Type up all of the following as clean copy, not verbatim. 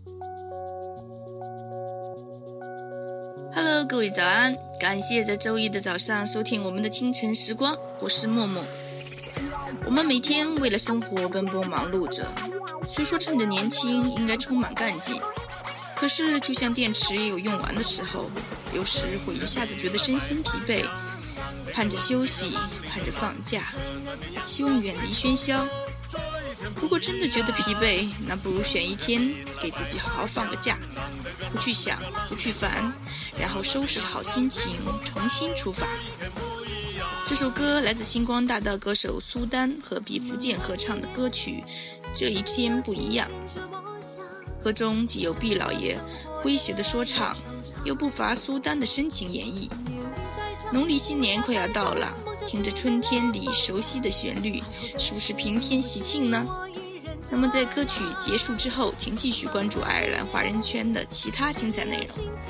Hello， 各位早安！感谢在周一的早上收听我们的清晨时光，我是默默。我们每天为了生活奔波忙碌着，虽说趁着年轻应该充满干劲，可是就像电池也有用完的时候，有时会一下子觉得身心疲惫，盼着休息，盼着放假，希望远离喧嚣。如果真的觉得疲惫，那不如选一天给自己好好放个假，不去想，不去烦，然后收拾好心情，重新出发。这首歌来自星光大道歌手苏丹和毕福剑合唱的歌曲《这一天不一样》。歌中既有毕老爷诙谐的说唱，又不乏苏丹的深情演绎。农历新年快要到了，听着春天里熟悉的旋律，是不是平添喜庆呢？那么在歌曲结束之后，请继续关注爱尔兰华人圈的其他精彩内容。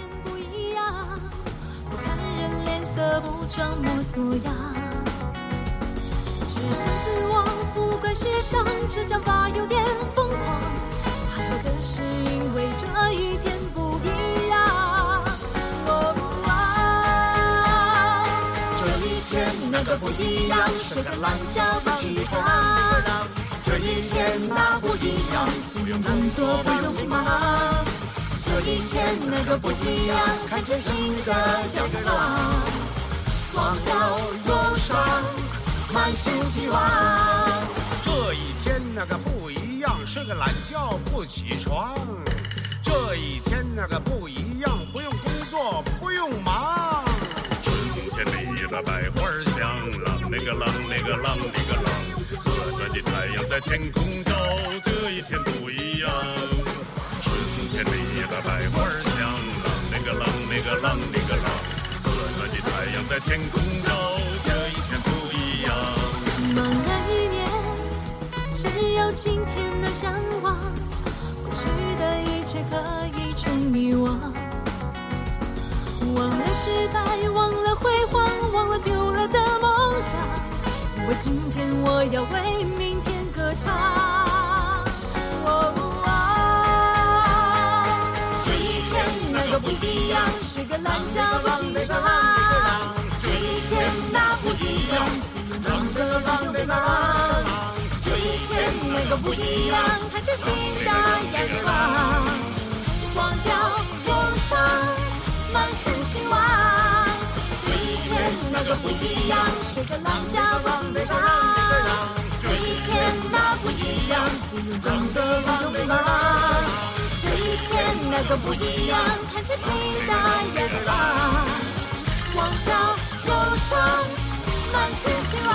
不看人脸色，不装模作样，只想自我，不管世上，这想法有点疯狂。还好的是因为这一天不一样，这一天那个不一样，睡个懒觉不起床。这一天那不一样，不用工作不用忙。这一天那个不一样，看见新的阳光，忘掉忧伤，满心希望。 这一天那个不一样，睡个懒觉不起床。这一天那个不一样，不用工作不用忙。春天里的百花香，啷那个啷那个啷那个啷，和暖的太阳在天空照，这一天不一样。春天里的百花香，啷那个啷那个啷那个啷，和暖的太阳在天空照，这一天不一样。 忙了一年，只有今天的向往，过去的一切可以冲迷惘。忘了失败，忘了辉煌，忘了丢了的梦想，因为今天我要为明天歌唱。这一天那个不一样，睡个懒觉不起床。这一天那不一样，忙着忙的忙。这一天那个不一样，看着新的阳光，忘掉忧伤，满心希望。这一天那个不一样，睡个懒觉不起床。这一天那不一样，不用工作不用忙。这一天那个不一样，看见新的阳光，忘掉忧伤，满心希望。